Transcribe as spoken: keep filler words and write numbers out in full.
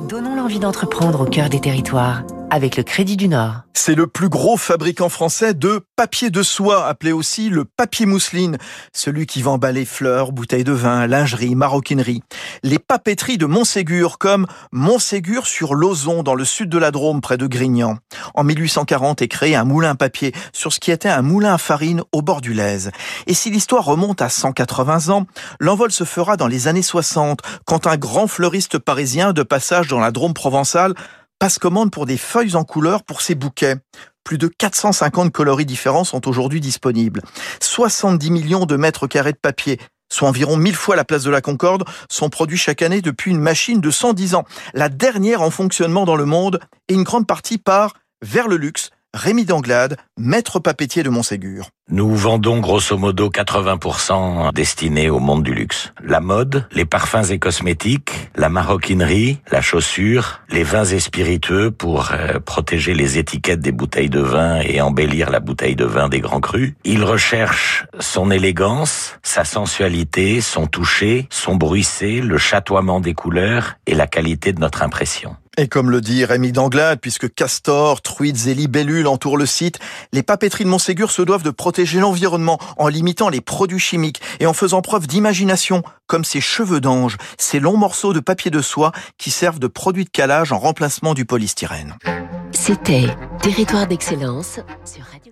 Donnons l'envie d'entreprendre au cœur des territoires avec le Crédit du Nord. C'est le plus gros fabricant français de papier de soie, appelé aussi le papier mousseline. Celui qui va emballer fleurs, bouteilles de vin, lingerie, maroquinerie. Les papeteries de Montségur, comme Montségur sur l'Ozon, dans le sud de la Drôme, près de Grignan. En mille huit cent quarante est créé un moulin à papier sur ce qui était un moulin à farine au bord du Lèze. Et si l'histoire remonte à cent quatre-vingts ans, l'envol se fera dans les années soixante, quand un grand fleuriste parisien de passage dans la Drôme provençale passe commande pour des feuilles en couleur pour ses bouquets. Plus de quatre cent cinquante coloris différents sont aujourd'hui disponibles. soixante-dix millions de mètres carrés de papier, soit environ mille fois la place de la Concorde, sont produits chaque année depuis une machine de cent dix ans. La dernière en fonctionnement dans le monde, et une grande partie part vers le luxe. Rémi Danglade, maître papetier de Montségur. Nous vendons grosso modo quatre-vingts pour cent destinés au monde du luxe. La mode, les parfums et cosmétiques, la maroquinerie, la chaussure, les vins et spiritueux pour euh, protéger les étiquettes des bouteilles de vin et embellir la bouteille de vin des grands crus. Il recherche son élégance, sa sensualité, son toucher, son bruissé, le chatoiement des couleurs et la qualité de notre impression. Et comme le dit Rémi Danglade, puisque castors, truites et libellules entourent le site, les papeteries de Montségur se doivent de protéger l'environnement en limitant les produits chimiques et en faisant preuve d'imagination, comme ces cheveux d'ange, ces longs morceaux de papier de soie qui servent de produits de calage en remplacement du polystyrène. C'était Territoire d'excellence sur Radio